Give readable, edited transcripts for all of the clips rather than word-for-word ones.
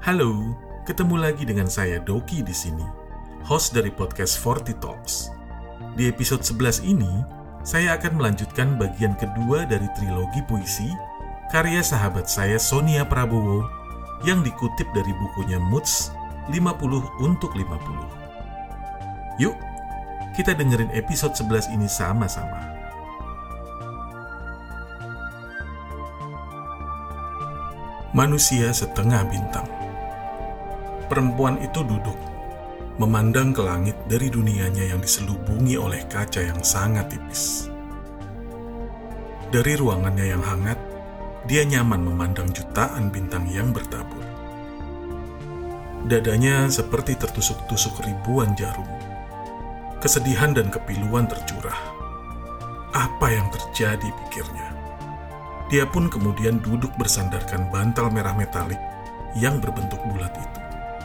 Halo, ketemu lagi dengan saya Doki di sini, host dari podcast 40 Talks. Di episode 11 ini, saya akan melanjutkan bagian kedua dari trilogi puisi karya sahabat saya Sonia Prabowo yang dikutip dari bukunya Moods 50 untuk 50. Yuk, kita dengerin episode 11 ini sama-sama. Manusia setengah bintang. Perempuan itu duduk, memandang ke langit dari dunianya yang diselubungi oleh kaca yang sangat tipis. Dari ruangannya yang hangat, dia nyaman memandang jutaan bintang yang bertabur. Dadanya seperti tertusuk-tusuk ribuan jarum. Kesedihan dan kepiluan tercurah. Apa yang terjadi, pikirnya. Dia pun kemudian duduk bersandarkan bantal merah metalik yang berbentuk bulat itu.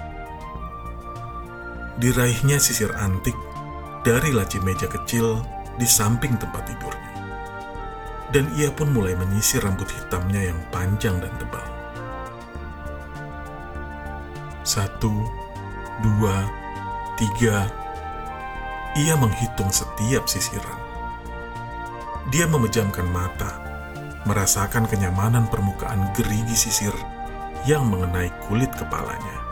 Diraihnya sisir antik dari laci meja kecil di samping tempat tidurnya. Dan ia pun mulai menyisir rambut hitamnya yang panjang dan tebal. 1, 2, 3. Ia menghitung setiap sisiran. Dia memejamkan mata, merasakan kenyamanan permukaan gerigi sisir yang mengenai kulit kepalanya.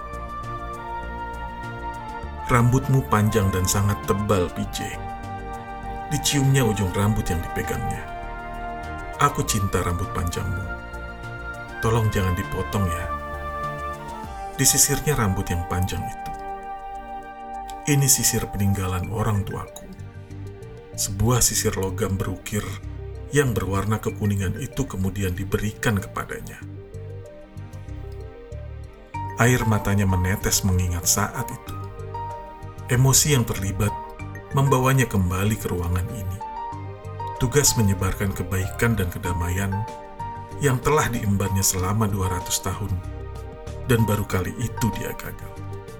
Rambutmu panjang dan sangat tebal, PJ. Diciumnya ujung rambut yang dipegangnya. Aku cinta rambut panjangmu. Tolong jangan dipotong ya. Disisirnya rambut yang panjang itu. Ini sisir peninggalan orang tuaku. Sebuah sisir logam berukir yang berwarna kekuningan itu kemudian diberikan kepadanya. Air matanya menetes mengingat saat itu. Emosi yang terlibat membawanya kembali ke ruangan ini. Tugas menyebarkan kebaikan dan kedamaian yang telah diembannya selama 200 tahun, dan baru kali itu dia gagal.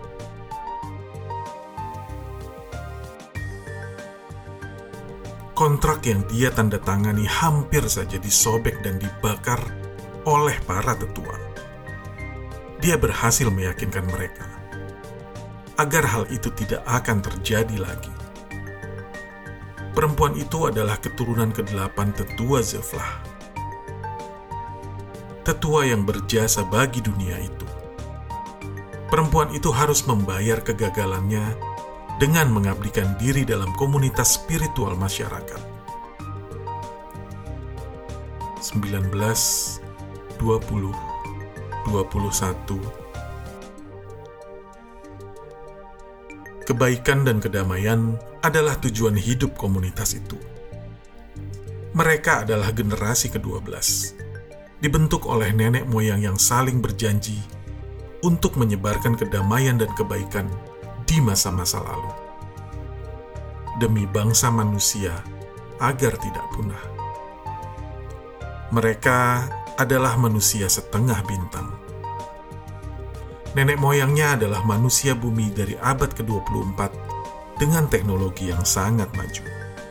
Kontrak yang dia tanda tangani hampir saja disobek dan dibakar oleh para tetua. Dia berhasil meyakinkan mereka agar hal itu tidak akan terjadi lagi. Perempuan itu adalah keturunan ke-8 tetua Zevlah. Tetua yang berjasa bagi dunia itu. Perempuan itu harus membayar kegagalannya dengan mengabdikan diri dalam komunitas spiritual masyarakat. 19, 20, 21. Kebaikan dan kedamaian adalah tujuan hidup komunitas itu. Mereka adalah generasi ke-12, dibentuk oleh nenek moyang yang saling berjanji untuk menyebarkan kedamaian dan kebaikan di masa-masa lalu, demi bangsa manusia agar tidak punah. Mereka adalah manusia setengah bintang. Nenek moyangnya adalah manusia bumi dari abad ke-24 dengan teknologi yang sangat maju.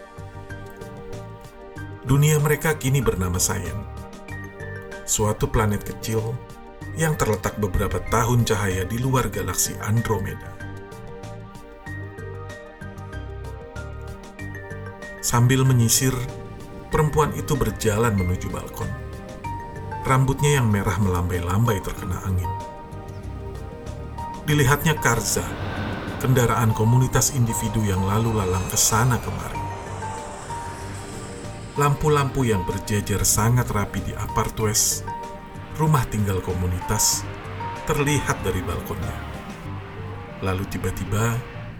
Dunia mereka kini bernama Sayen, suatu planet kecil yang terletak beberapa tahun cahaya di luar galaksi Andromeda. Sambil menyisir, perempuan itu berjalan menuju balkon. Rambutnya yang merah melambai-lambai terkena angin. Dilihatnya Karza, kendaraan komunitas individu yang lalu lalang ke sana kemari. Lampu-lampu yang berjejer sangat rapi di Apartwest, rumah tinggal komunitas, terlihat dari balkonnya. Lalu tiba-tiba,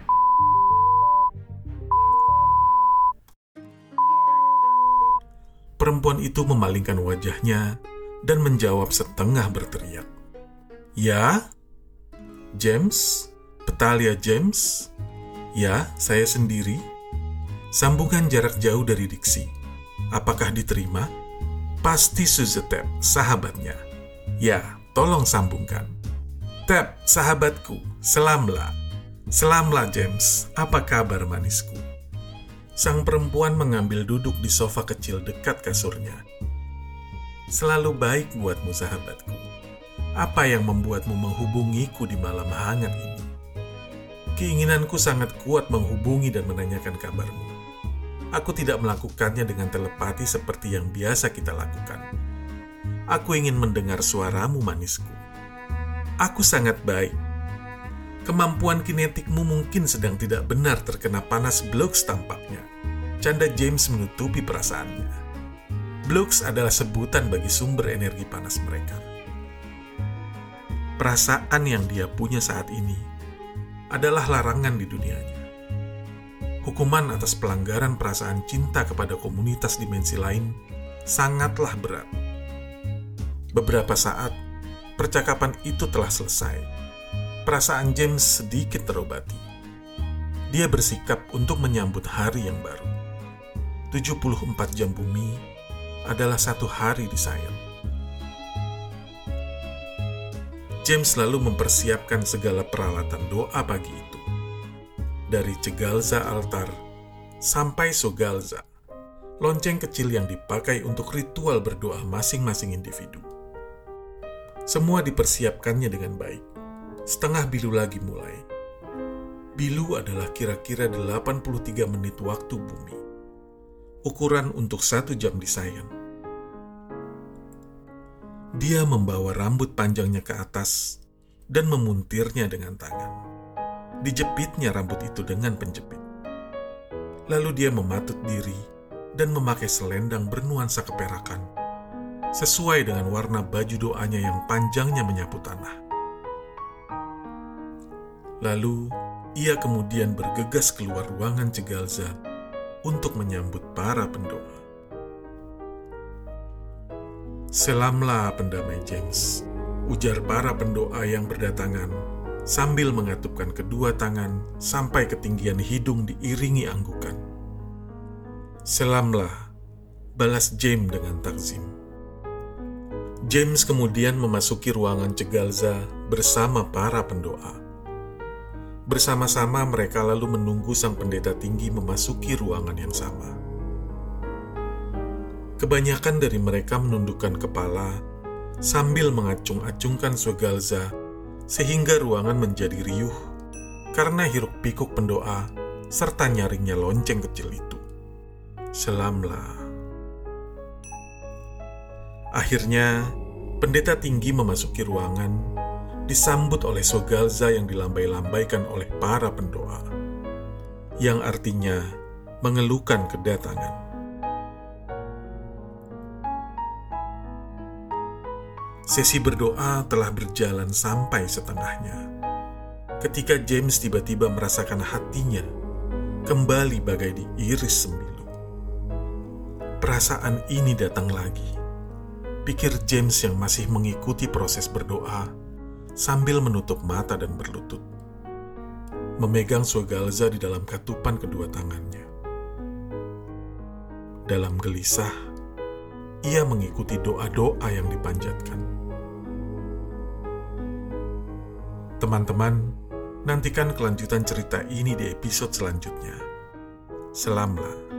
perempuan itu memalingkan wajahnya dan menjawab setengah berteriak. "Ya? James? Petalia James? Ya, saya sendiri." Sambungan jarak jauh dari diksi. Apakah diterima? Pasti Suzetep, sahabatnya. "Ya, tolong sambungkan." "Tep, sahabatku, selamlah. Selamlah James, apa kabar manisku?" Sang perempuan mengambil duduk di sofa kecil dekat kasurnya. "Selalu baik buatmu sahabatku. Apa yang membuatmu menghubungiku di malam hangat ini? Keinginanku sangat kuat menghubungi dan menanyakan kabarmu. Aku tidak melakukannya dengan telepati seperti yang biasa kita lakukan. Aku ingin mendengar suaramu manisku. Aku sangat baik. Kemampuan kinetikmu mungkin sedang tidak benar terkena panas Blocks tampaknya. Canda James menutupi perasaannya. Blocks adalah sebutan bagi sumber energi panas mereka. Perasaan yang dia punya saat ini adalah larangan di dunianya. Hukuman atas pelanggaran perasaan cinta kepada komunitas dimensi lain sangatlah berat. Beberapa saat, percakapan itu telah selesai. Perasaan James sedikit terobati. Dia bersikap untuk menyambut hari yang baru. 74 jam bumi adalah satu hari di sayap. James lalu mempersiapkan segala peralatan doa pagi itu. Dari Cegalza altar sampai Sogalza, lonceng kecil yang dipakai untuk ritual berdoa masing-masing individu. Semua dipersiapkannya dengan baik. Setengah bilu lagi mulai. Bilu adalah kira-kira 83 menit waktu bumi. Ukuran untuk 1 jam di Sayan. Dia membawa rambut panjangnya ke atas dan memuntirnya dengan tangan. Dijepitnya rambut itu dengan penjepit. Lalu dia mematut diri dan memakai selendang bernuansa keperakan, sesuai dengan warna baju doanya yang panjangnya menyapu tanah. Lalu, ia kemudian bergegas keluar ruangan Cegalza untuk menyambut para pendoa. "Selamlah pendamai James," ujar para pendoa yang berdatangan sambil mengatupkan kedua tangan sampai ketinggian hidung diiringi anggukan. "Selamlah," balas James dengan takzim. James kemudian memasuki ruangan Cegalza bersama para pendoa. Bersama-sama mereka lalu menunggu sang pendeta tinggi memasuki ruangan yang sama. Kebanyakan dari mereka menundukkan kepala sambil mengacung-acungkan Sogalza sehingga ruangan menjadi riuh karena hiruk-pikuk pendoa serta nyaringnya lonceng kecil itu. "Selamlah." Akhirnya, pendeta tinggi memasuki ruangan disambut oleh Sogalza yang dilambai-lambaikan oleh para pendoa, yang artinya mengeluhkan kedatangan. Sesi berdoa telah berjalan sampai setengahnya, ketika James tiba-tiba merasakan hatinya kembali bagai diiris sembilu. Perasaan ini datang lagi, pikir James yang masih mengikuti proses berdoa sambil menutup mata dan berlutut, memegang Sogalza di dalam katupan kedua tangannya. Dalam gelisah, ia mengikuti doa-doa yang dipanjatkan. Teman-teman, nantikan kelanjutan cerita ini di episode selanjutnya. Selamlah.